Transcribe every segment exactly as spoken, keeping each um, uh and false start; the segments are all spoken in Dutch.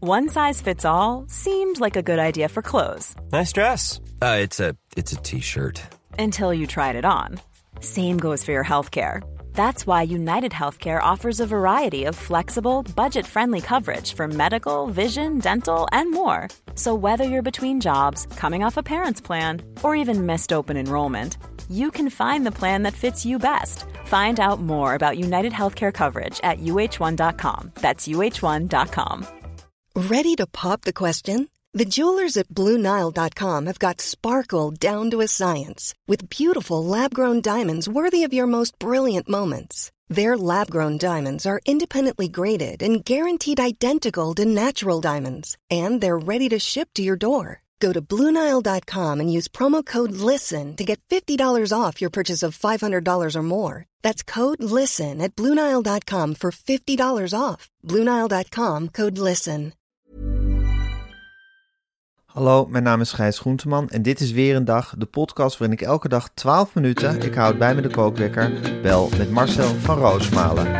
One size fits all seemed like a good idea for clothes. Nice dress. Uh, it's a it's a t-shirt. Until you tried it on. Same goes for your healthcare. That's why United Healthcare offers a variety of flexible, budget-friendly coverage for medical, vision, dental, and more. So whether you're between jobs, coming off a parent's plan, or even missed open enrollment, you can find the plan that fits you best. Find out more about United Healthcare coverage at U H one dot com. That's U H one dot com. Ready to pop the question? The jewelers at Blue Nile dot com have got sparkle down to a science with beautiful lab-grown diamonds worthy of your most brilliant moments. Their lab-grown diamonds are independently graded and guaranteed identical to natural diamonds, and they're ready to ship to your door. Go to Blue Nile dot com and use promo code LISTEN to get fifty dollars off your purchase of five hundred dollars or more. That's code LISTEN at Blue Nile dot com for fifty dollars off. Blue Nile dot com, code LISTEN. Hallo, mijn naam is Gijs Groenteman en dit is weer een dag, de podcast waarin ik elke dag twaalf minuten, ik houd bij me de kookwekker, bel met Marcel van Roosmalen.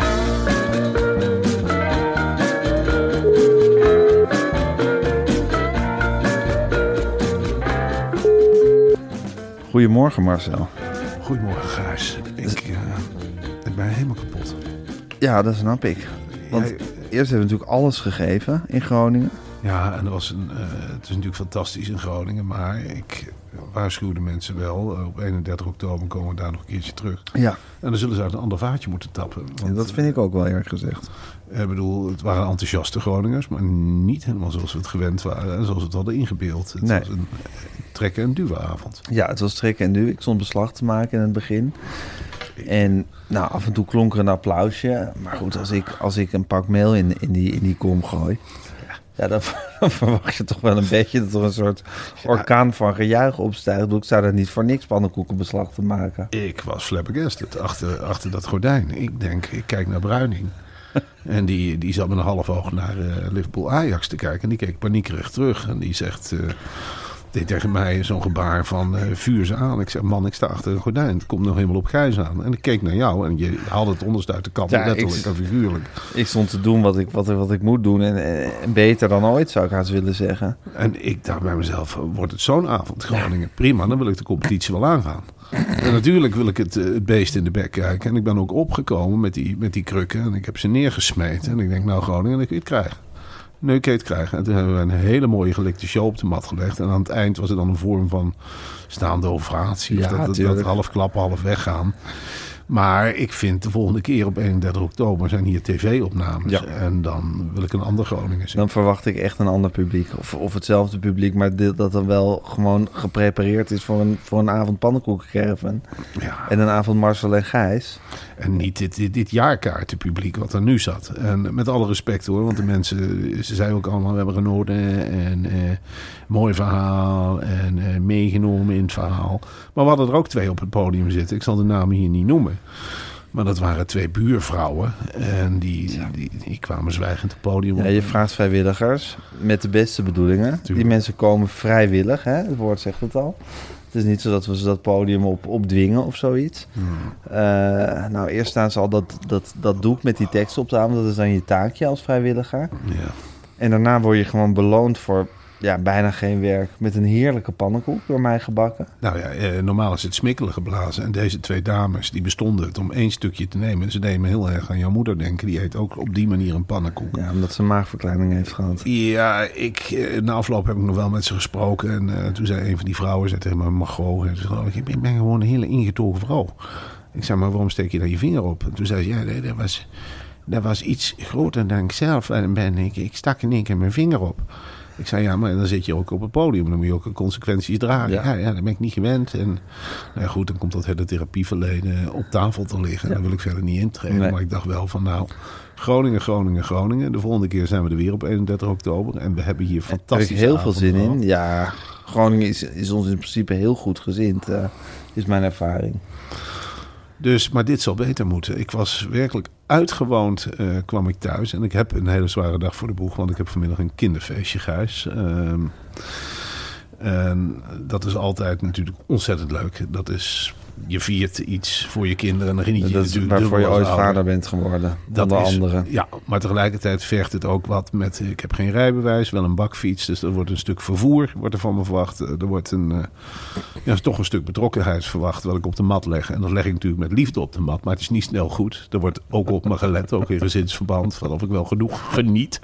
Goedemorgen Marcel. Goedemorgen Gijs. Ik, uh, ik ben helemaal kapot. Ja, dat snap ik. Want Jij... eerst hebben we natuurlijk alles gegeven in Groningen. Ja, en dat was een, uh, het is natuurlijk fantastisch in Groningen, maar ik waarschuwde mensen wel. Op eenendertig oktober komen we daar nog een keertje terug. Ja. En dan zullen ze uit een ander vaatje moeten tappen. Want, Ja, dat vind ik ook wel eerlijk gezegd. Ik bedoel, het waren enthousiaste Groningers, maar niet helemaal zoals we het gewend waren en zoals we het hadden ingebeeld. Het Nee. was een trekken- en duwen-avond. Ja, het was trekken en duwen. Ik stond beslag te maken in het begin. En nou, af en toe klonk er een applausje. Maar goed, als ik, als ik een pak meel in, in, die, in die kom gooi... Ja, dan, dan verwacht je toch wel een beetje dat er een soort orkaan van gejuich opstijgt. Ik bedoel, ik zou daar niet voor niks pannenkoekenbeslag te maken. Ik was flabbergasted achter, achter dat gordijn. Ik denk, ik kijk naar Bruining. En die, die zat met een half oog naar uh, Liverpool-Ajax te kijken. En die keek paniekerig terug. En die zegt, uh, deed tegen mij zo'n gebaar van uh, vuur ze aan. Ik zeg, man, ik sta achter een gordijn. Het komt nog helemaal op Gijs aan. En ik keek naar jou en je haalde het onderste uit de kant. Ja, letterlijk ik, en figuurlijk. Ik stond te doen wat ik, wat, wat ik moet doen. En, en beter dan ooit, zou ik haast willen zeggen. En ik dacht bij mezelf, wordt het zo'n avond Groningen? Prima, dan wil ik de competitie wel aangaan. En natuurlijk wil ik het, het beest in de bek kijken. En ik ben ook opgekomen met die, met die krukken. En ik heb ze neergesmeten. En ik denk, nou Groningen, dan kun je het krijgen. Nu kun je het krijgen. En toen hebben we een hele mooie gelikte show op de mat gelegd. En aan het eind was het dan een vorm van staande ovatie. Ja, of dat, dat, dat half klappen, half weggaan. Maar ik vind de volgende keer op eenendertig oktober zijn hier tv-opnames. Ja. En dan wil ik een ander Groningen zien. Dan verwacht ik echt een ander publiek. Of, of hetzelfde publiek, maar dit, dat dan wel gewoon geprepareerd is voor een, voor een avond pannenkoekencaravan. Ja. En een avond Marcel en Gijs. En niet dit, dit, dit jaarkaartenpubliek wat er nu zat. En met alle respect hoor, want de mensen, ze zeiden ook allemaal, we hebben genoten en eh, mooi verhaal en eh, meegenomen in het verhaal. Maar we hadden er ook twee op het podium zitten. Ik zal de namen hier niet noemen. Maar dat waren twee buurvrouwen en die, ja. die, die kwamen zwijgend het podium op. Ja, je vraagt vrijwilligers met de beste bedoelingen. Tuurlijk. Die mensen komen vrijwillig, hè? Het woord zegt het al. Het is niet zo dat we ze dat podium op, opdwingen of zoiets. Hmm. Uh, nou, eerst staan ze al dat, dat, dat doek met die tekst op tafel. Dat is dan je taakje als vrijwilliger. Ja. En daarna word je gewoon beloond voor ja, bijna geen werk. Met een heerlijke pannenkoek door mij gebakken. Nou ja, eh, normaal is het smikkelen geblazen. En deze twee dames, die bestonden het om één stukje te nemen. Ze deden me heel erg aan jouw moeder denken. Die eet ook op die manier een pannenkoek. Ja, omdat ze een maagverkleining heeft gehad. Ja, ik, na afloop heb ik nog wel met ze gesproken. En uh, toen zei een van die vrouwen zei tegen me, Margot, en ze zei, ik ben gewoon een hele ingetogen vrouw. Ik zei, maar waarom steek je daar je vinger op? En toen zei ze, ja, nee, dat was, dat was iets groter dan ik zelf ben. Ik, ik stak in één keer mijn vinger op. Ik zei, ja, maar dan zit je ook op het podium. Dan moet je ook consequenties dragen. Ja, ja, ja dat ben ik niet gewend. En nou ja, goed, dan komt dat hele therapieverleden op tafel te liggen. Ja. Daar wil ik verder niet intreden. Nee. Maar ik dacht wel van, nou, Groningen, Groningen, Groningen. De volgende keer zijn we er weer op eenendertig oktober. En we hebben hier fantastisch. Daar heb ik heel veel zin in. Ja, Groningen is, is ons in principe heel goed gezind. Uh, is mijn ervaring. Dus, maar dit zal beter moeten. Ik was werkelijk uitgewoond, uh, kwam ik thuis. En ik heb een hele zware dag voor de boeg, want ik heb vanmiddag een kinderfeestje, Gijs. Um, en dat is altijd natuurlijk ontzettend leuk. Dat is je viert iets voor je kinderen en dan geniet je Dat is natuurlijk waarvoor je dubbel als ooit ouder. vader bent geworden. Dat onder is, andere. Ja, maar tegelijkertijd vergt het ook wat met... Ik heb geen rijbewijs, wel een bakfiets. Dus er wordt een stuk vervoer wordt er van me verwacht. Er wordt een, uh, ja, toch een stuk betrokkenheid verwacht... wat ik op de mat leg. En dat leg ik natuurlijk met liefde op de mat. Maar het is niet snel goed. Er wordt ook op me gelet, ook in gezinsverband... van of ik wel genoeg geniet.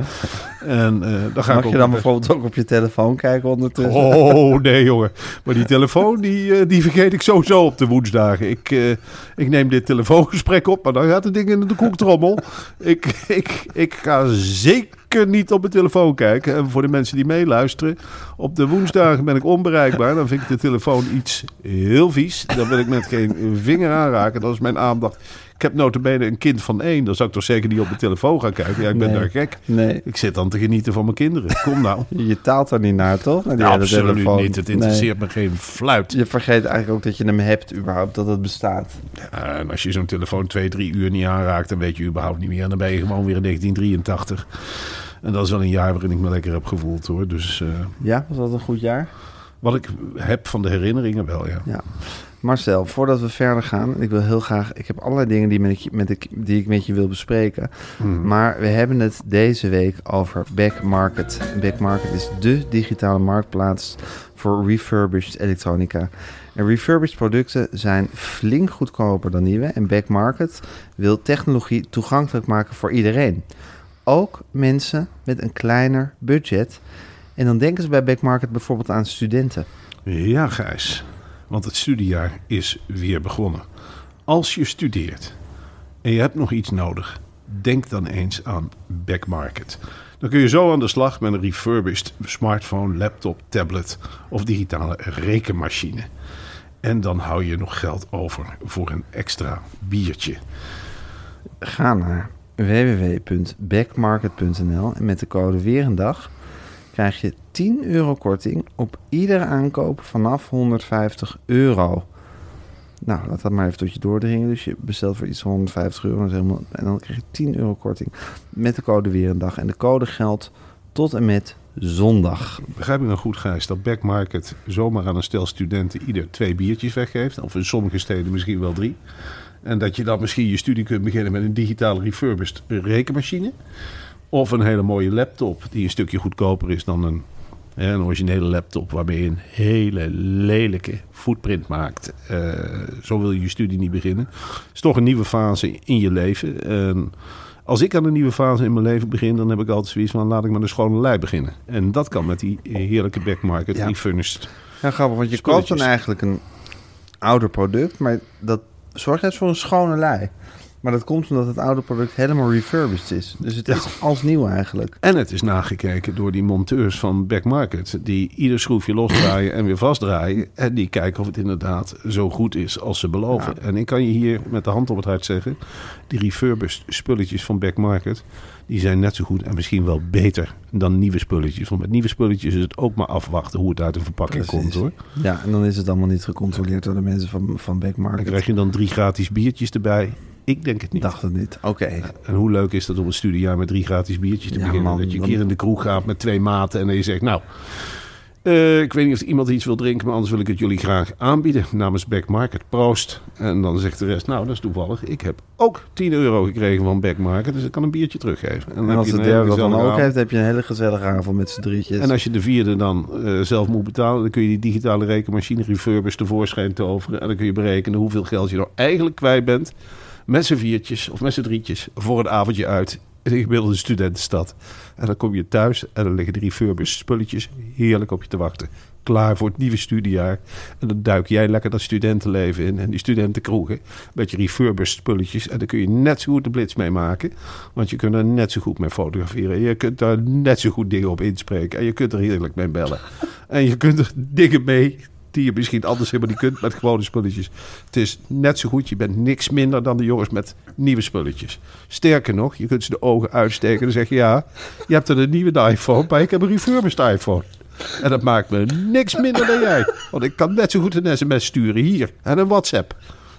En, uh, dan ga Mag ik je dan bijvoorbeeld ook op je telefoon kijken ondertussen? Oh, nee jongen. Maar die telefoon, die, uh, die vergeet ik sowieso op de woensdagen. Ik, uh, ik neem dit telefoongesprek op, maar dan gaat het ding in de koektrommel. ik, ik, ik ga zeker niet op mijn telefoon kijken. En voor de mensen die meeluisteren, op de woensdagen ben ik onbereikbaar. Dan vind ik de telefoon iets heel vies. Dan wil ik met geen vinger aanraken. Dat is mijn aandacht. Ik heb nota bene een kind van één. Dan zou ik toch zeker niet op mijn telefoon gaan kijken. Ja, ik ben Nee. daar gek. Nee. Ik zit dan te genieten van mijn kinderen. Kom nou. Je taalt er niet naar, toch? Naar die Ja, hele absoluut telefoon. niet. Het interesseert me geen fluit. Je vergeet eigenlijk ook dat je hem hebt überhaupt, dat het bestaat. Ja, en als je zo'n telefoon twee, drie uur niet aanraakt... dan weet je überhaupt niet meer. En dan ben je gewoon weer in negentien drieëntachtig. En dat is wel een jaar waarin ik me lekker heb gevoeld, hoor. Dus uh, Ja, was dat een goed jaar? wat ik heb van de herinneringen wel, ja. Ja. Marcel, voordat we verder gaan, ik wil heel graag... Ik heb allerlei dingen die, met, ik- met ik, die ik met je wil bespreken. Hmm. Maar we hebben het deze week over Back Market. Back Market is dé digitale marktplaats voor refurbished elektronica. En refurbished producten zijn flink goedkoper dan nieuwe. En Back Market wil technologie toegankelijk maken voor iedereen. Ook mensen met een kleiner budget. En dan denken ze bij Back Market bijvoorbeeld aan studenten. Ja, Gijs. Want het studiejaar is weer begonnen. Als je studeert en je hebt nog iets nodig... denk dan eens aan Back Market. Dan kun je zo aan de slag met een refurbished smartphone, laptop, tablet... of digitale rekenmachine. En dan hou je nog geld over voor een extra biertje. Ga naar w w w punt backmarket punt n l en met de code weer een dag krijg je tien euro korting op iedere aankoop vanaf honderdvijftig euro. Nou, laat dat maar even tot je doordringen. Dus je bestelt voor iets van honderdvijftig euro en dan helemaal- en dan krijg je tien euro korting met de code weer een dag. En de code geldt tot en met zondag. Begrijp ik nou goed, Gijs, dat Back Market zomaar aan een stel studenten ieder twee biertjes weggeeft? Of in sommige steden misschien wel drie. En dat je dan misschien je studie kunt beginnen met een digitale refurbished rekenmachine. Of een hele mooie laptop die een stukje goedkoper is dan een, hè, een originele laptop waarmee je een hele lelijke footprint maakt. Uh, zo wil je je studie niet beginnen. Het is toch een nieuwe fase in je leven. En als ik aan een nieuwe fase in mijn leven begin, dan heb ik altijd zoiets van laat ik met een schone lei beginnen. En dat kan met die heerlijke Back Market Ja. refurnished. Ja, grappig, want je Spulletjes. koopt dan eigenlijk een ouder product, maar dat zorgt net voor een schone lei. Maar dat komt omdat het oude product helemaal refurbished is. Dus het is als nieuw eigenlijk. En het is nagekeken door die monteurs van Back Market, die ieder schroefje losdraaien en weer vastdraaien. En die kijken of het inderdaad zo goed is als ze beloven. Ja. En ik kan je hier met de hand op het hart zeggen, die refurbished spulletjes van Back Market, die zijn net zo goed en misschien wel beter dan nieuwe spulletjes. Want met nieuwe spulletjes is het ook maar afwachten hoe het uit een verpakking Precies. komt, hoor. Ja, en dan is het allemaal niet gecontroleerd door de mensen van, van Back Dan Market. krijg je dan drie gratis biertjes erbij. Ik denk het niet. Dacht het niet. Oké. En hoe leuk is dat om een studiejaar met drie gratis biertjes te Ja, beginnen? man, dat je een dan- keer in de kroeg gaat met twee maten en dan je zegt, nou, uh, ik weet niet of iemand iets wil drinken, maar anders wil ik het jullie graag aanbieden namens Back Market. Proost. En dan zegt de rest, nou, dat is toevallig. Ik heb ook tien euro gekregen van Back Market, dus ik kan een biertje teruggeven. En, dan En heb als je de een derde hele dat dan gezellige ook avond. heeft, heb je een hele gezellige avond met z'n drietjes. En als je de vierde dan uh, zelf moet betalen, dan kun je die digitale rekenmachine refurbished tevoorschijn toveren. En dan kun je berekenen hoeveel geld je nou eigenlijk kwijt bent met z'n viertjes of met z'n drietjes voor een avondje uit in een gemiddelde studentenstad. En dan kom je thuis en dan liggen die refurbished spulletjes heerlijk op je te wachten. Klaar voor het nieuwe studiejaar. En dan duik jij lekker dat studentenleven in en die studentenkroegen met je refurbished spulletjes. En dan kun je net zo goed de blitz mee maken. Want je kunt er net zo goed mee fotograferen. Je kunt daar net zo goed dingen op inspreken. En je kunt er heerlijk mee bellen. En je kunt er dingen mee die je misschien anders helemaal niet kunt met gewone spulletjes. Het is net zo goed. Je bent niks minder dan de jongens met nieuwe spulletjes. Sterker nog, je kunt ze de ogen uitsteken en zeggen, ja, je hebt er een nieuwe iPhone, maar ik heb een refurbished iPhone. En dat maakt me niks minder dan jij. Want ik kan net zo goed een sms sturen hier en een WhatsApp.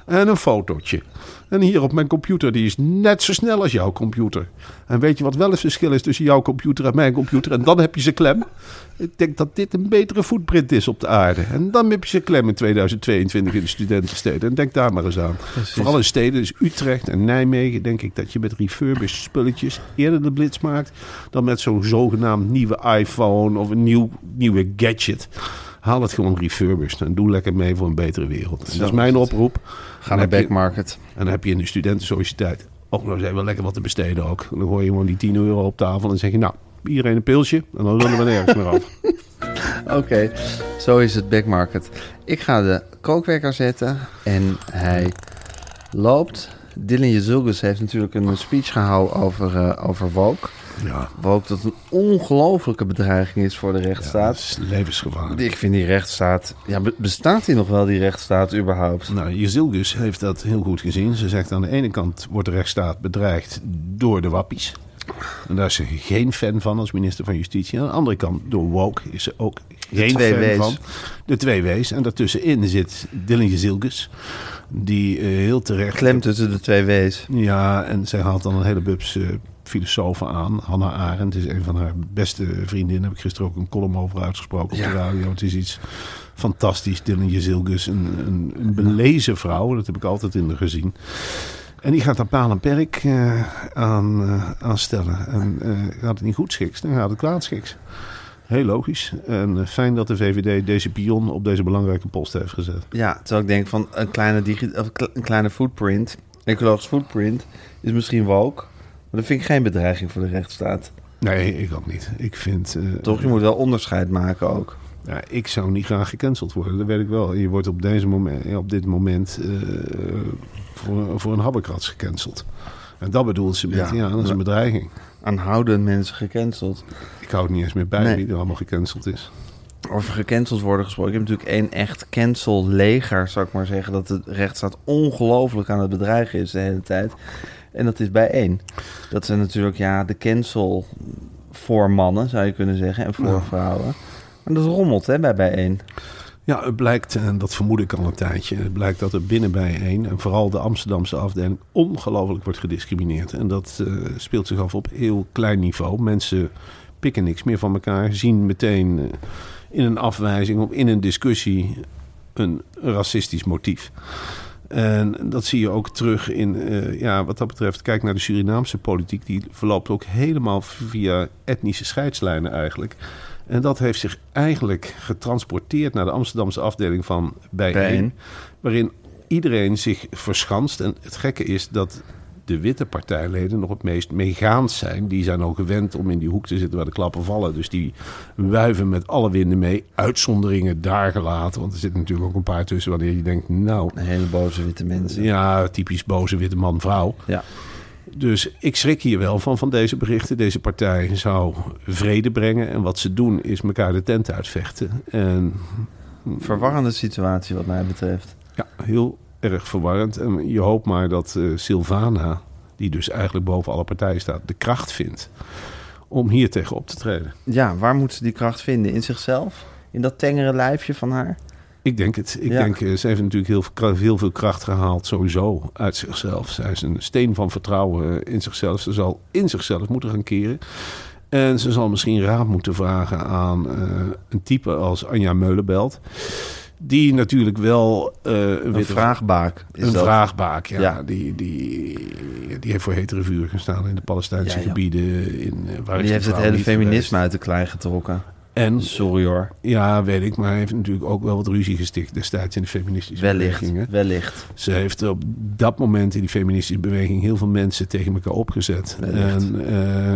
En een fotootje. En hier op mijn computer, die is net zo snel als jouw computer. En weet je wat wel het verschil is tussen jouw computer en mijn computer? En dan heb je ze klem. Ik denk dat dit een betere footprint is op de aarde. En dan heb je ze klem in tweeduizend tweeëntwintig in de studentensteden. En denk daar maar eens aan. Precies. Vooral in steden, dus Utrecht en Nijmegen, denk ik dat je met refurbished spulletjes eerder de blitz maakt dan met zo'n zogenaamd nieuwe iPhone of een nieuw, nieuwe gadget. Haal het gewoon refurbished en doe lekker mee voor een betere wereld. En dat is mijn oproep. Ga naar Backmarket. En dan heb je in de studentensociëteit ook nog eens even lekker wat te besteden ook. En dan gooi je gewoon die tien euro op tafel en zeg je, nou, iedereen een pilsje en dan zullen we nergens meer af. Oké, okay, zo is het Backmarket. Ik ga de kookwekker zetten en hij loopt. Dylan Jezilgus heeft natuurlijk een speech gehouden over, uh, over woke. Ja. Woke dat een ongelofelijke bedreiging is voor de rechtsstaat. Ja, dat is levensgevaarlijk. Ik vind die rechtsstaat... Ja, bestaat die nog wel, die rechtsstaat überhaupt? Nou, Jezilgus heeft dat heel goed gezien. Ze zegt aan de ene kant wordt de rechtsstaat bedreigd door de wappies. En daar is ze geen fan van als minister van Justitie. Aan de andere kant, door woke is ze ook geen fan W's. van. De twee W's. En daartussenin zit Dylan Jezilgus, die uh, heel terecht... Klem tussen de twee W's. Ja, en zij haalt dan een hele bubs uh, filosofen aan. Hannah Arendt is een van haar beste vriendinnen. Heb ik gisteren ook een column over uitgesproken op ja. de radio. Het is iets fantastisch. Dylan Jezilgus, een, een, een belezen vrouw. Dat heb ik altijd in haar gezien. En die gaat daar paal en perk uh, aan, uh, aan stellen. En uh, gaat het niet goed schiks, dan gaat het kwaad schiks. Heel logisch. En uh, fijn dat de V V D deze pion op deze belangrijke post heeft gezet. Ja, terwijl ik denk van een kleine, digi- of een kleine footprint, ecologisch footprint, is misschien woke. Maar dat vind ik geen bedreiging voor de rechtsstaat. Nee, ik ook niet. Ik vind... Uh, Toch, je moet wel onderscheid maken ook. Ja, ik zou niet graag gecanceld worden, dat weet ik wel. Je wordt op, deze moment, op dit moment uh, voor, voor een habbekrats gecanceld. En dat bedoelt ze met, ja, ja dat is een bedreiging. Aanhoudend mensen gecanceld. Ik hou het niet eens meer bij nee. wie er allemaal gecanceld is. Over gecanceld worden gesproken. Ik heb natuurlijk één echt cancel-leger, zou ik maar zeggen. Dat de rechtsstaat ongelooflijk aan het bedreigen is de hele tijd. En dat is bijeen. Dat zijn natuurlijk ja, de cancel voor mannen, zou je kunnen zeggen. En voor ja. vrouwen. Maar dat rommelt hè, bij bijeen. Ja, het blijkt, en dat vermoed ik al een tijdje... het blijkt dat er binnen bijeen... en vooral de Amsterdamse afdeling... ongelooflijk wordt gediscrimineerd. En dat uh, speelt zich af op heel klein niveau. Mensen pikken niks meer van elkaar. Zien meteen uh, in een afwijzing of in een discussie... een racistisch motief. En dat zie je ook terug in... Uh, ja, wat dat betreft, kijk naar de Surinaamse politiek... die verloopt ook helemaal via etnische scheidslijnen eigenlijk... En dat heeft zich eigenlijk getransporteerd naar de Amsterdamse afdeling van bijeen, waarin iedereen zich verschanst. En het gekke is dat de witte partijleden nog het meest meegaand zijn. Die zijn al gewend om in die hoek te zitten waar de klappen vallen. Dus die wuiven met alle winden mee. Uitzonderingen daar gelaten. Want er zitten natuurlijk ook een paar tussen wanneer je denkt, nou... Een hele boze witte mensen. Ja, typisch boze witte man-vrouw. Ja. Dus ik schrik hier wel van, van deze berichten. Deze partij zou vrede brengen. En wat ze doen is elkaar de tent uitvechten. En, verwarrende situatie wat mij betreft. Ja, heel erg verwarrend. En je hoopt maar dat uh, Silvana, die dus eigenlijk boven alle partijen staat, de kracht vindt om hier tegen op te treden. Ja, waar moet ze die kracht vinden? In zichzelf? In dat tengere lijfje van haar? Ik denk het. Ik ja. denk, ze heeft natuurlijk heel veel, heel veel kracht gehaald sowieso uit zichzelf. Zij is een steen van vertrouwen in zichzelf. Ze zal in zichzelf moeten gaan keren. En ze zal misschien raad moeten vragen aan uh, een type als Anja Meulenbelt. Die natuurlijk wel... Uh, een een vraagbaak. Is een dat? vraagbaak, ja. ja. Die, die, die heeft voor hetere vuur gestaan in de Palestijnse ja, ja. gebieden. In, waar die heeft het hele feminisme geweest. Uit de klei getrokken. En, Sorry hoor. Ja, weet ik. Maar hij heeft natuurlijk ook wel wat ruzie gesticht destijds in de feministische wellicht, bewegingen. Wellicht. Ze heeft op dat moment in die feministische beweging heel veel mensen tegen elkaar opgezet. Wellicht. En uh,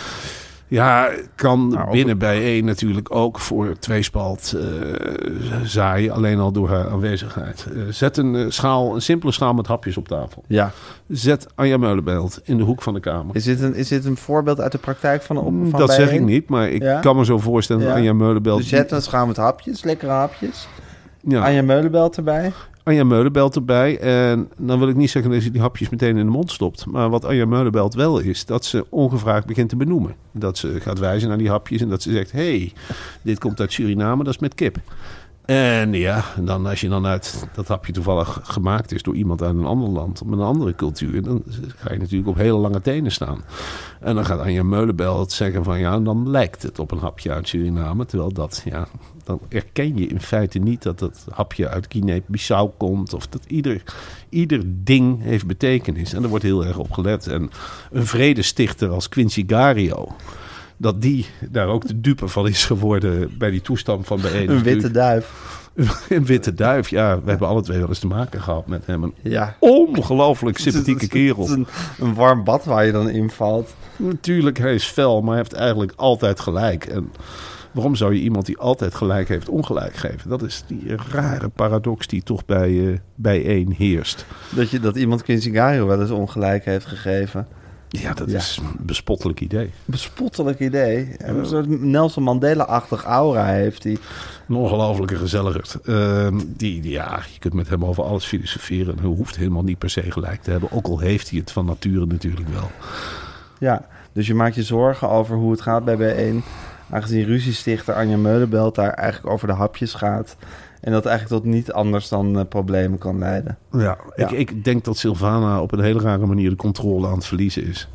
ja, kan nou, binnen bijeen natuurlijk ook voor tweespalt uh, zaaien. Alleen al door haar aanwezigheid. Uh, zet een uh, schaal, een simpele schaal met hapjes op tafel. Ja. Zet Anja Meulenbelt in de hoek van de kamer. Is dit een, is dit een voorbeeld uit de praktijk van de op van Dat bijeen? zeg ik niet, maar ik ja? kan me zo voorstellen ja. dat Anja Meulenbelt... Dus zet een schaal met hapjes, lekkere hapjes. Ja. Anja Meulenbelt erbij. Anja Meulenbelt erbij. En dan wil ik niet zeggen dat ze die hapjes meteen in de mond stopt. Maar wat Anja Meulenbelt wel is, dat ze ongevraagd begint te benoemen. Dat ze gaat wijzen naar die hapjes en dat ze zegt... hé, hey, dit komt uit Suriname, dat is met kip. En ja, dan als je dan uit dat hapje toevallig gemaakt is door iemand uit een ander land, op een andere cultuur, dan ga je natuurlijk op hele lange tenen staan. En dan gaat Anja Meulenbelt zeggen van ja, dan lijkt het op een hapje uit Suriname. Terwijl dat, ja, dan erken je in feite niet dat dat hapje uit Guinea-Bissau komt. Of dat ieder, ieder ding heeft betekenis. En er wordt heel erg op gelet. En een vredestichter als Quincy Gario, dat die daar ook de dupe van is geworden bij die toestand van bijeen. Een witte duif. Een witte duif, ja. We hebben alle twee wel eens te maken gehad met hem. Een Ja. ongelooflijk sympathieke kerel. Het is een, een warm bad waar je dan invalt. Natuurlijk, hij is fel, maar hij heeft eigenlijk altijd gelijk. En waarom zou je iemand die altijd gelijk heeft ongelijk geven? Dat is die rare paradox die toch bij, uh, bijeen heerst. Dat, je, dat iemand Quincy Gario wel eens ongelijk heeft gegeven. Ja, dat Ja. is een bespottelijk idee. Bespottelijk idee. Een soort Nelson Mandela-achtig aura heeft hij. Een ongelofelijke gezelligerd. Uh, die, die, ja, je kunt met hem over alles filosoferen. Hij hoeft helemaal niet per se gelijk te hebben. Ook al heeft hij het van nature natuurlijk wel. Ja, dus je maakt je zorgen over hoe het gaat bij bijeen. Aangezien ruziestichter Anja Meulenbelt daar eigenlijk over de hapjes gaat. En dat eigenlijk tot niet anders dan uh, problemen kan leiden. Ja, Ja. Ik, ik denk dat Sylvana op een hele rare manier de controle aan het verliezen is.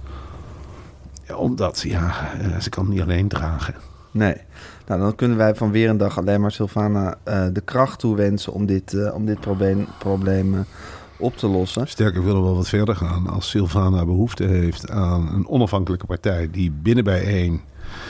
Ja, omdat, ja, uh, ze kan het niet alleen dragen. Nee. Nou, dan kunnen wij van weer een dag alleen maar Sylvana uh, de kracht toewensen om dit, uh, om dit probleem, probleem uh, op te lossen. Sterker, willen we wel wat verder gaan. Als Sylvana behoefte heeft aan een onafhankelijke partij die binnen bijeen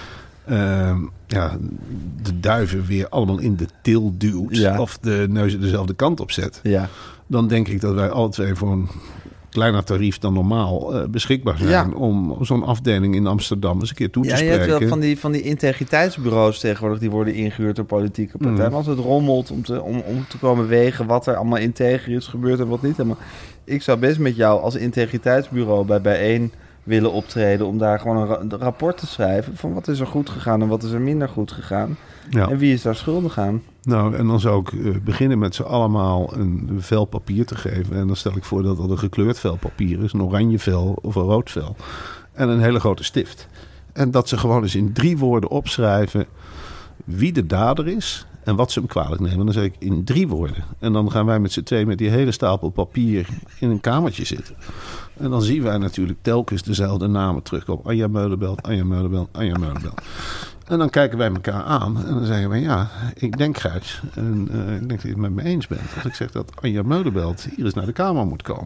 Uh, ja, de duiven weer allemaal in de til duwt. Ja. Of de neuzen dezelfde kant op zet. Ja. Dan denk ik dat wij alle twee voor een kleiner tarief dan normaal uh, beschikbaar zijn. Ja. Om zo'n afdeling in Amsterdam eens een keer toe te Ja, je spreken. hebt wel van die, van die integriteitsbureaus tegenwoordig die worden ingehuurd door politieke partijen. Mm. Maar als het rommelt om te, om, om te komen wegen wat er allemaal integer is gebeurd en wat niet. Maar ik zou best met jou als integriteitsbureau bij bijeen willen optreden om daar gewoon een, ra- een rapport te schrijven van wat is er goed gegaan en wat is er minder goed gegaan. Ja. En wie is daar schuldig aan? Nou, en dan zou ik uh, beginnen met ze allemaal een vel papier te geven. En dan stel ik voor dat dat een gekleurd vel papier is. Een oranje vel of een rood vel. En een hele grote stift. En dat ze gewoon eens in drie woorden opschrijven wie de dader is en wat ze hem kwalijk nemen. Dan zeg ik in drie woorden. En dan gaan wij met z'n twee met die hele stapel papier in een kamertje zitten. En dan zien wij natuurlijk telkens dezelfde namen terugkomen. Anja Meulenbelt, Anja Meulenbelt, Anja Meulenbelt. En dan kijken wij elkaar aan en dan zeggen wij ja, ik denk Gijs, en uh, ik denk dat je het met me eens bent. Als ik zeg dat Anja Meulenbelt hier eens naar de kamer moet komen.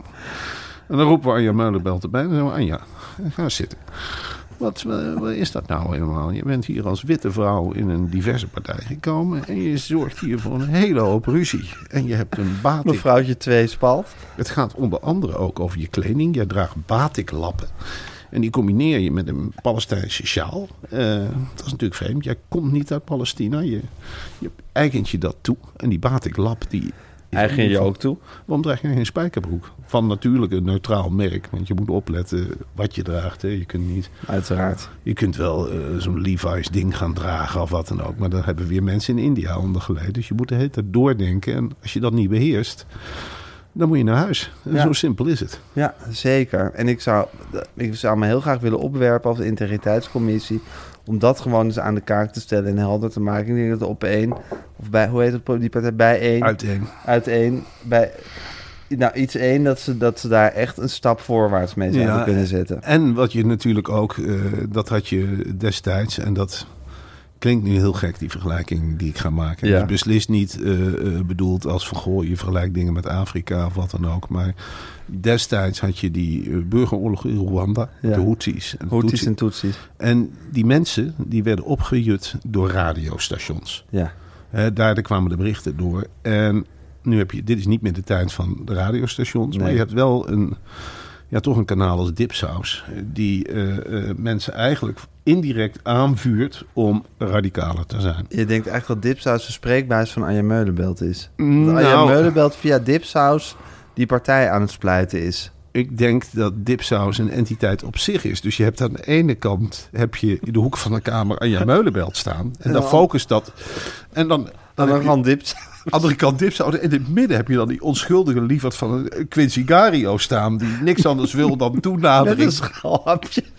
En dan roepen we Anja Meulenbelt erbij en dan zeggen we Anja, ga zitten. Wat, wat is dat nou helemaal? Je bent hier als witte vrouw in een diverse partij gekomen en je zorgt hier voor een hele hoop ruzie. En je hebt een batik. Mevrouwtje twee spalt. Het gaat onder andere ook over je kleding. Jij draagt batiklappen. En die combineer je met een Palestijnse sjaal. Uh, dat is natuurlijk vreemd. Jij komt niet uit Palestina. Je, je eigent je dat toe. En die batiklap, die... Eigen je ook toe? Waarom draag je geen spijkerbroek? Van natuurlijk een neutraal merk. Want je moet opletten wat je draagt. Hè. Je kunt niet... Uiteraard. Je kunt wel uh, zo'n Levi's ding gaan dragen of wat dan ook. Maar daar hebben weer mensen in India onder geleden. Dus je moet de hele tijd doordenken. En als je dat niet beheerst, dan moet je naar huis. Ja. Zo simpel is het. Ja, zeker. En ik zou, ik zou me heel graag willen opwerpen als integriteitscommissie om dat gewoon eens aan de kaak te stellen en helder te maken. Ik denk dat er op één, of bij, hoe heet het, die partij, bij één, Uiteen. uiteen, bij, nou iets één, dat ze, dat ze daar echt een stap voorwaarts mee zouden Ja, kunnen zetten. En wat je natuurlijk ook, uh, dat had je destijds, en dat klinkt nu heel gek, die vergelijking die ik ga maken. Ja. Het is beslist niet uh, uh, bedoeld als van, goh, je vergelijkt dingen met Afrika of wat dan ook. Maar destijds had je die uh, burgeroorlog in Rwanda, Ja. de Houthis. En Houthis Tutsi. en Tutsis. En die mensen, die werden opgejut door radiostations. Ja. Hè, daar kwamen de berichten door. En nu heb je, dit is niet meer de tijd van de radiostations, maar Nee. je hebt wel een, ja, toch een kanaal als Dipsaus, die uh, uh, mensen eigenlijk indirect aanvuurt om radicaler te zijn. Je denkt eigenlijk dat Dipsaus de spreekbuis van Anja Meulenbelt is. Dat Nou, Anja Meulenbelt via Dipsaus die partij aan het splijten is. Ik denk dat Dipsaus een entiteit op zich is. Dus je hebt aan de ene kant heb je in de hoek van de kamer Anja Meulenbelt staan. En dan Ja. focust dat. En dan, En dan dan heb je gaan Dipsaus. andere kant Dipsaus. En in het midden heb je dan die onschuldige liefheid van een Quincy Gario staan. Die niks anders wil dan Met toenadering. een schaalhapjes.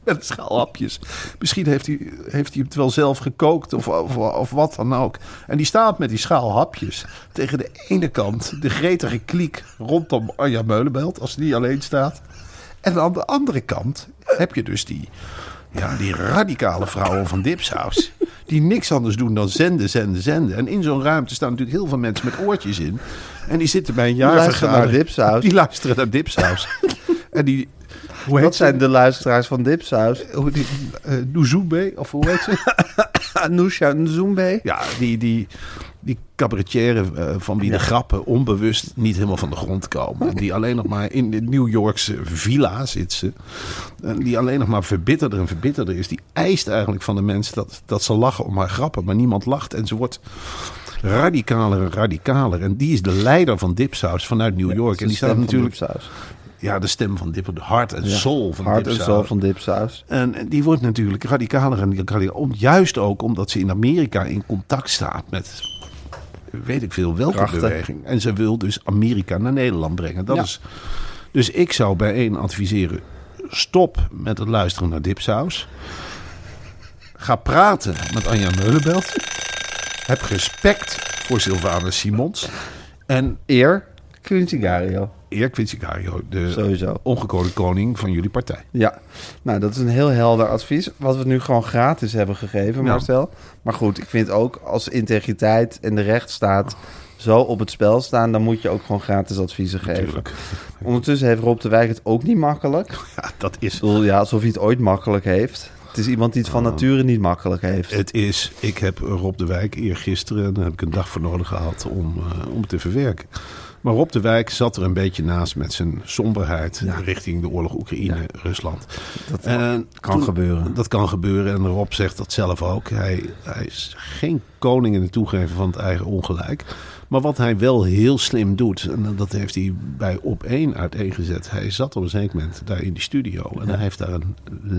met een schaal hapjes. Misschien heeft hij, heeft hij het wel zelf gekookt of, of, of wat dan ook. En die staat met die schaal hapjes tegen de ene kant de gretige kliek rondom Anja Meulenbelt, als die alleen staat. En aan de andere kant heb je dus die, ja, die radicale vrouwen van Dipsaus, die niks anders doen dan zenden, zenden, zenden. En in zo'n ruimte staan natuurlijk heel veel mensen met oortjes in. En die zitten bij een jaarvergadering. naar Dipsaus. Die luisteren naar Dipsaus. En die... Hoe Wat zijn de luisteraars van Dipsaus? Hoe die, uh, Nuzumbe, of hoe heet ze? Anousha Nzumbe. Ja, die, die, die cabaretière uh, van wie de grappen onbewust niet helemaal van de grond komen. En die alleen nog maar in de New Yorkse villa zit ze. En die alleen nog maar verbitterder en verbitterder is. Die eist eigenlijk van de mensen dat, dat ze lachen om haar grappen. Maar niemand lacht en ze wordt radicaler en radicaler. En die is de leider van Dipsaus vanuit New York. Ja, en die staat natuurlijk... Dipsaus. Ja, de stem van Dip, de hart en soul van hart Dipsaus. en soul van Dipsaus. En, en die wordt natuurlijk radicaler en radicaler. Om, juist ook omdat ze in Amerika in contact staat met, weet ik veel, welke Krachten. beweging. En ze wil dus Amerika naar Nederland brengen. Dat Ja. is, dus ik zou bijeen adviseren, stop met het luisteren naar Dipsaus. Ga praten met Anja Meulenbelt. Heb respect voor Sylvana Simons. En Eer Quincy Gario. eer Quincy Gario, de Sowieso. ongekozen koning van jullie partij. Ja, nou dat is een heel helder advies. Wat we nu gewoon gratis hebben gegeven, Ja. Marcel. Maar goed, ik vind ook als integriteit en de rechtsstaat zo op het spel staan, dan moet je ook gewoon gratis adviezen geven. Natuurlijk. Ondertussen heeft Rob de Wijk het ook niet makkelijk. Ja, dat is... Ik bedoel, ja, alsof hij het ooit makkelijk heeft. Het is iemand die het van nature niet makkelijk heeft. Het is, ik heb Rob de Wijk eergisteren, en daar heb ik een dag voor nodig gehad om, uh, om het te verwerken. Maar Rob de Wijk zat er een beetje naast met zijn somberheid Ja. richting de oorlog Oekraïne-Rusland. Dat En kan toen- gebeuren. Dat kan gebeuren en Rob zegt dat zelf ook. Hij, hij is geen koning in het toegeven van het eigen ongelijk. Maar wat hij wel heel slim doet, en dat heeft hij bij Op één uiteengezet. Hij zat op een zeker moment daar in die studio en hij heeft daar een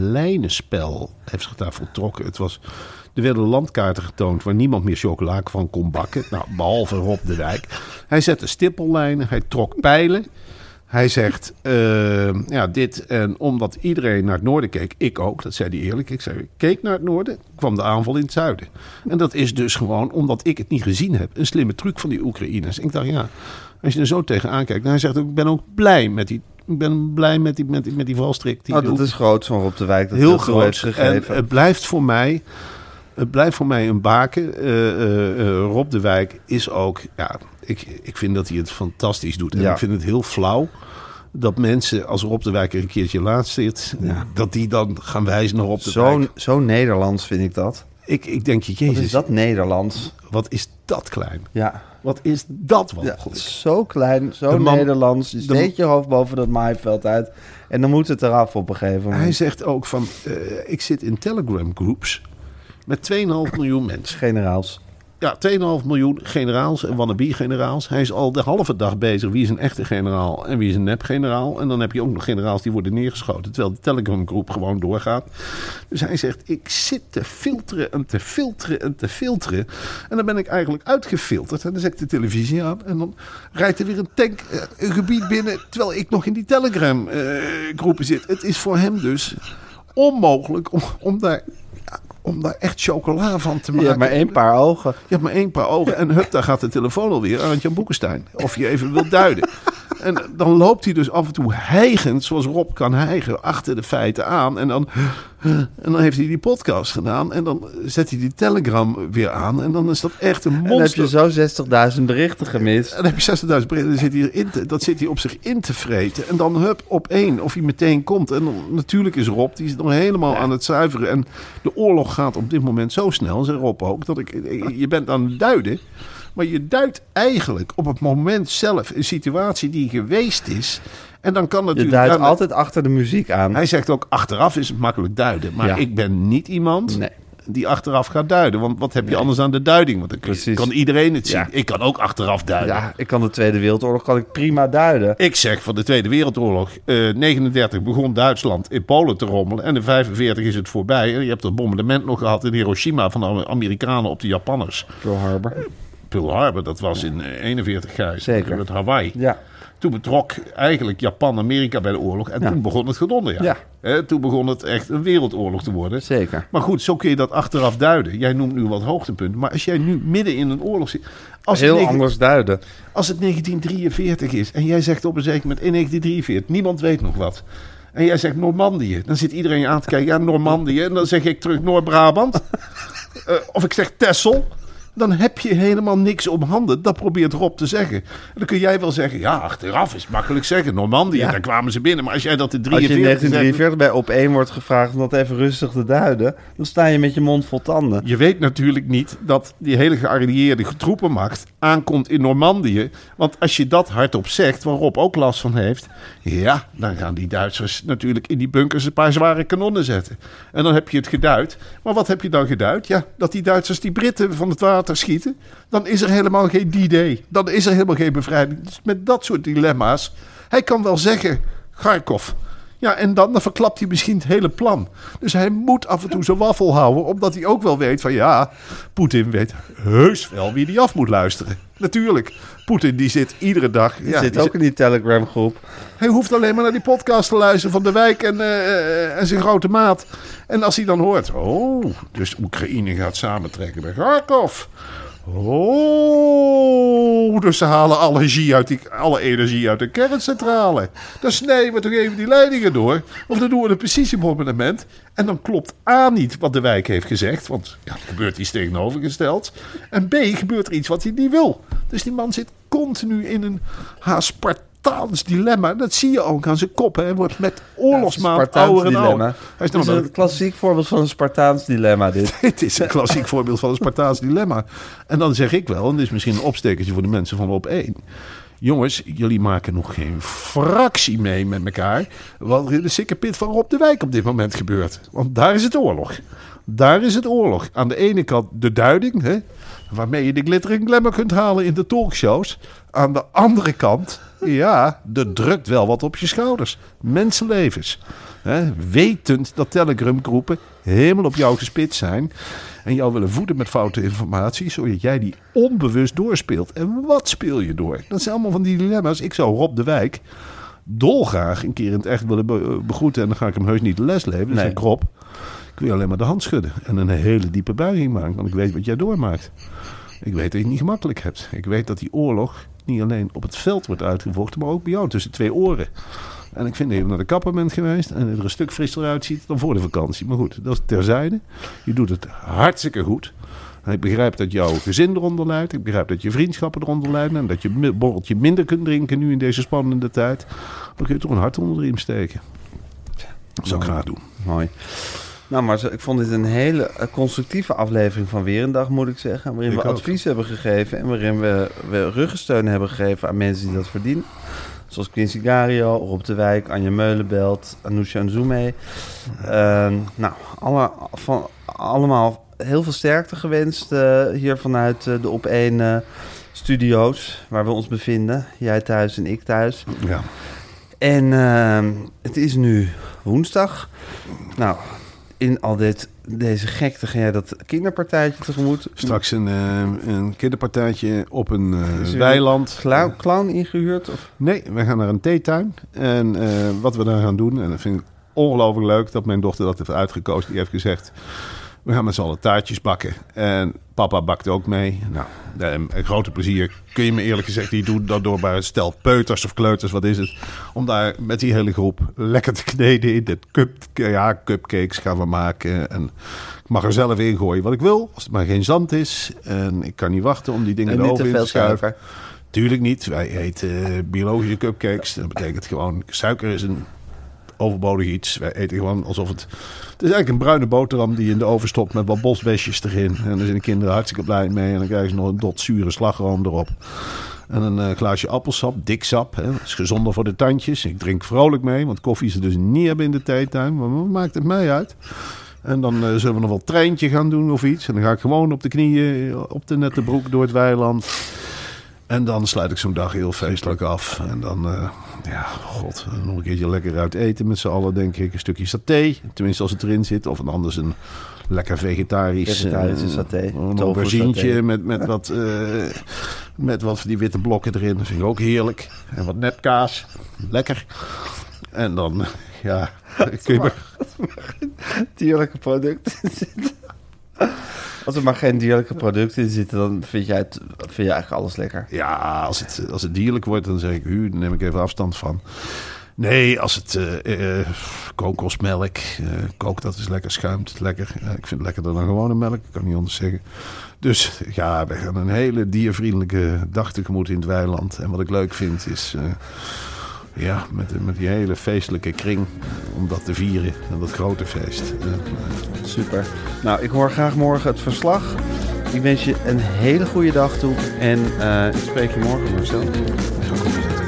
lijnenspel heeft zich daar voltrokken. Het was, er werden landkaarten getoond waar niemand meer chocola van kon bakken. Nou, behalve Rob de Wijk. Hij zette stippellijnen, hij trok pijlen. Hij zegt, uh, ja, dit en omdat iedereen naar het noorden keek, ik ook, dat zei hij eerlijk. Ik zei, ik keek naar het noorden, kwam de aanval in het zuiden. En dat is dus gewoon, omdat ik het niet gezien heb, een slimme truc van die Oekraïners. Ik dacht, ja, als je er zo tegenaan kijkt. Nou, hij zegt ook, ik ben ook blij met die, ik ben blij met die, met die, met die valstrik. Die Oh, dat is groot van Rob de Wijk. Dat heel dat zo heeft groot. gegeven. En het blijft voor mij... Het blijft voor mij een baken. Uh, uh, uh, Rob de Wijk is ook... Ja, ik, ik vind dat hij het fantastisch doet. En Ja. ik vind het heel flauw dat mensen, als Rob de Wijk er een keertje laatst zit... Ja. dat die dan gaan wijzen naar Rob de Zo, Wijk. zo Nederlands vind ik dat. Ik, ik denk, je, Wat jezus, is dat Nederlands? wat is dat klein? Ja. Wat is dat wel Ja, goed? zo klein, zo De man- Nederlands. Je de- steekt je hoofd boven dat maaiveld uit. En dan moet het eraf op een gegeven moment. Hij zegt ook van, uh, ik zit in Telegram groups met twee komma vijf miljoen mensen. Generaals. Ja, twee komma vijf miljoen generaals en wannabe-generaals. Hij is al de halve dag bezig. Wie is een echte generaal en wie is een nep-generaal? En dan heb je ook nog generaals die worden neergeschoten, terwijl de Telegram-groep gewoon doorgaat. Dus hij zegt, ik zit te filteren en te filteren en te filteren. En dan ben ik eigenlijk uitgefilterd. En dan zet ik de televisie aan en dan rijdt er weer een tank uh, een gebied binnen, terwijl ik nog in die Telegram-groepen zit. Het is voor hem dus onmogelijk om, om daar... om daar echt chocola van te maken. Je hebt maar één paar ogen. Je hebt maar één paar ogen en hup, daar gaat de telefoon alweer aan Jan Boekenstein. Of je even wilt duiden. En dan loopt hij dus af en toe hijgend, zoals Rob kan hijgen, achter de feiten aan. En dan, en dan heeft hij die podcast gedaan. En dan zet hij die Telegram weer aan. En dan is dat echt een En dan heb monster. je zo zestigduizend berichten gemist. En dan heb je zestigduizend berichten. Dan zit hij erin te, dat zit hij op zich in te vreten. En dan hup, op één. Of hij meteen komt. En dan, natuurlijk is Rob, die is nog helemaal aan het zuiveren. En de oorlog gaat op dit moment zo snel, zei Rob ook, dat ik, je bent aan het duiden. Maar je duidt eigenlijk op het moment zelf een situatie die geweest is. En dan kan Je natuurlijk... duidt ja, altijd achter de muziek aan. Hij zegt ook, achteraf is het makkelijk duiden. Maar Ja. ik ben niet iemand Nee. die achteraf gaat duiden. Want wat heb je anders aan de duiding? Want dan kun je- Precies. kan iedereen het zien. Ja. Ik kan ook achteraf duiden. Ja, ik kan de Tweede Wereldoorlog kan ik prima duiden. Ik zeg van de Tweede Wereldoorlog, eh, negenendertig begon Duitsland in Polen te rommelen. En in vijfenveertig is het voorbij. En je hebt dat bombardement nog gehad in Hiroshima van de Amerikanen op de Japanners. Pearl Harbor. Pearl Harbor, dat was in eh, eenenveertig, Gijs. Zeker. Met Hawaii. Ja. Toen betrok eigenlijk Japan Amerika bij de oorlog. En ja. toen begon het gedonder. Ja. Ja. He, toen begon het echt een wereldoorlog te worden. Zeker. Maar goed, zo kun je dat achteraf duiden. Jij noemt nu wat hoogtepunten. Maar als jij nu midden in een oorlog zit... Als Heel negen... anders duiden. Als het negentien drieënveertig is en jij zegt op een zeker moment in negentien drieënveertig... niemand weet nog wat... En jij zegt Normandië. Dan zit iedereen aan te kijken. Ja, Normandië. En dan zeg ik terug Noord-Brabant. uh, of ik zeg Texel. Dan heb je helemaal niks om handen. Dat probeert Rob te zeggen. En dan kun jij wel zeggen... Ja, achteraf is het makkelijk zeggen. Normandië, ja. Daar kwamen ze binnen. Maar als jij dat in drieënveertig... Als je in negentien drieënveertig bij op één wordt gevraagd... om dat even rustig te duiden... dan sta je met je mond vol tanden. Je weet natuurlijk niet dat die hele geallieerde troepenmacht... aankomt in Normandië. Want als je dat hardop zegt... waar Rob ook last van heeft... ja, dan gaan die Duitsers natuurlijk in die bunkers... een paar zware kanonnen zetten. En dan heb je het geduid. Maar wat heb je dan geduid? Ja, dat die Duitsers die Britten van het water schieten... dan is er helemaal geen D-Day. Dan is er helemaal geen bevrijding. Dus met dat soort dilemma's... hij kan wel zeggen, Kharkov... ja, en dan, dan verklapt hij misschien het hele plan. Dus hij moet af en toe zijn waffel houden... omdat hij ook wel weet van ja... Poetin weet heus wel wie die af moet luisteren. Natuurlijk. Poetin die zit iedere dag... Die ja, zit die ook in die Telegram groep. Hij hoeft alleen maar naar die podcast te luisteren van De Wijk en, uh, en zijn grote maat. En als hij dan hoort... oh, dus Oekraïne gaat samentrekken bij Kharkov... Oh, dus ze halen alle energie uit, die, alle energie uit de kerncentrale. Dan snijden we toch even die leidingen door. Of dan doen we een precisiebombardement. En dan klopt A niet wat De Wijk heeft gezegd. Want ja, er gebeurt iets tegenovergesteld. En B gebeurt er iets wat hij niet wil. Dus die man zit continu in een haast Spartaans dilemma. Dat zie je ook aan zijn kop. Hè. Hij wordt met oorlogsmaat ja, ouder en ouder. Het is een klassiek voorbeeld van een Spartaans dilemma, dit. Het is een klassiek voorbeeld van een Spartaans dilemma. En dan zeg ik wel, en dit is misschien een opstekertje voor de mensen van op één. Jongens, jullie maken nog geen fractie mee met elkaar. Wat er in de sikkepit van Rob de Wijk op dit moment gebeurt. Want daar is het oorlog. Daar is het oorlog. Aan de ene kant de duiding, hè, waarmee je de glitter en glamour kunt halen in de talkshows. Aan de andere kant, ja, er drukt wel wat op je schouders. Mensenlevens. Hè, wetend dat Telegram-groepen helemaal op jou gespitst zijn. En jou willen voeden met foute informatie, zodat jij die onbewust doorspeelt. En wat speel je door? Dat zijn allemaal van die dilemma's. Ik zou Rob de Wijk dolgraag een keer in het echt willen be- begroeten. En dan ga ik hem heus niet de les leven. Dus nee. Ik Rob, ik wil alleen maar de hand schudden. En een hele diepe buiging maken. Want ik weet wat jij doormaakt. Ik weet dat je het niet gemakkelijk hebt. Ik weet dat die oorlog niet alleen op het veld wordt uitgevochten, maar ook bij jou tussen twee oren. En ik vind dat je naar de kapper bent geweest en het er een stuk frisser uitziet dan voor de vakantie. Maar goed, dat is terzijde. Je doet het hartstikke goed. En ik begrijp dat jouw gezin eronder lijdt. Ik begrijp dat je vriendschappen eronder lijden. En dat je een borreltje minder kunt drinken nu in deze spannende tijd. Dan kun je toch een hart onder de riem steken. Dat zou ik graag doen. Mooi. Nou, maar ik vond dit een hele constructieve aflevering van Weer een Dag, moet ik zeggen. Waarin ik we ook. advies hebben gegeven en waarin we, we ruggensteun hebben gegeven aan mensen die dat verdienen. Zoals Quincy Gario, Rob de Wijk, Anja Meulenbelt, Anousha Nzume. Uh, nou, alle, van, allemaal heel veel sterkte gewenst uh, hier vanuit uh, de op één uh, studio's waar we ons bevinden. Jij thuis en ik thuis. Ja. En uh, het is nu woensdag. Nou, in al dit, deze gekte ga jij dat kinderpartijtje tegemoet. Straks een, uh, een kinderpartijtje op een uh, weiland. Clown, clown ingehuurd? Of? Nee, we gaan naar een theetuin. En uh, wat we daar gaan doen, en dat vind ik ongelooflijk leuk dat mijn dochter dat heeft uitgekozen. Die heeft gezegd, we gaan met z'n allen taartjes bakken. En papa bakt ook mee. Nou, een, een grote plezier. Kun je me eerlijk gezegd niet doen dat door bij een stel peuters of kleuters, wat is het? Om daar met die hele groep lekker te kneden in dit cup, ja, cupcakes gaan we maken. En ik mag er zelf in gooien wat ik wil, als het maar geen zand is. En ik kan niet wachten om die dingen en de oven in te schuiven. Suiker. Tuurlijk niet. Wij eten uh, biologische cupcakes. Dat betekent gewoon, suiker is een overbodig iets. Wij eten gewoon alsof het... Het is eigenlijk een bruine boterham die je in de oven stopt met wat bosbesjes erin. En daar zijn de kinderen hartstikke blij mee. En dan krijgen ze nog een dot zure slagroom erop. En een uh, glaasje appelsap, dik sap. Hè. Dat is gezonder voor de tandjes. Ik drink vrolijk mee, want koffie is er dus niet hebben in de theetuin. Maar wat maakt het mij uit? En dan uh, zullen we nog wel een treintje gaan doen of iets. En dan ga ik gewoon op de knieën, op de nette broek door het weiland. En dan sluit ik zo'n dag heel feestelijk af. En dan, uh, ja, god, nog een keertje lekker uit eten met z'n allen, denk ik. Een stukje saté, tenminste als het erin zit. Of een anders een lekker vegetarisch... Vegetarische uh, saté. Een aubergine met, met wat, uh, Met wat van die witte blokken erin. Dat vind ik ook heerlijk. En wat nepkaas. Lekker. En dan, ja... kun je maar... dierlijke producten in zitten. Als er maar geen dierlijke producten in zitten, dan vind jij, het, vind je eigenlijk alles lekker. Ja, als het, als het dierlijk wordt, dan zeg ik... u, daar neem ik even afstand van. Nee, als het uh, uh, kokosmelk... Uh, kook, dat is lekker, schuimt lekker. Uh, ik vind het lekkerder dan gewone melk. Ik kan niet anders zeggen. Dus ja, we gaan een hele diervriendelijke dag tegemoet in het weiland. En wat ik leuk vind is... Uh, ja, met, met die hele feestelijke kring om dat te vieren. En dat grote feest. Uh, uh. Super. Nou, ik hoor graag morgen het verslag. Ik wens je een hele goede dag toe. En uh, ik spreek je morgen, Marcel. Ik ga koffie zetten.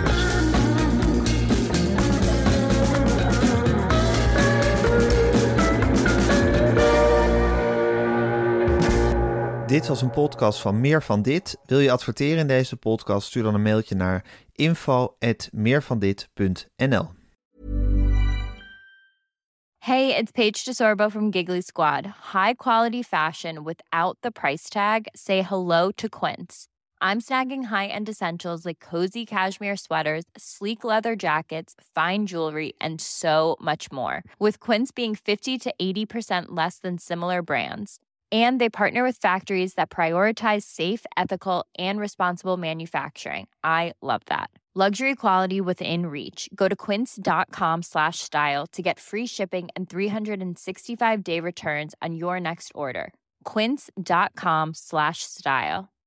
Dit was een podcast van Meer van Dit. Wil je adverteren in deze podcast? Stuur dan een mailtje naar info at meervandit punt n l. Hey, it's Paige DeSorbo from Giggly Squad. High quality fashion without the price tag. Say hello to Quince. I'm snagging high-end essentials like cozy cashmere sweaters, sleek leather jackets, fine jewelry, and so much more. With Quince being fifty to eighty percent less than similar brands. And they partner with factories that prioritize safe, ethical, and responsible manufacturing. I love that. Luxury quality within reach. Go to quince.com slash style to get free shipping and three sixty-five day returns on your next order. Quince.com slash style.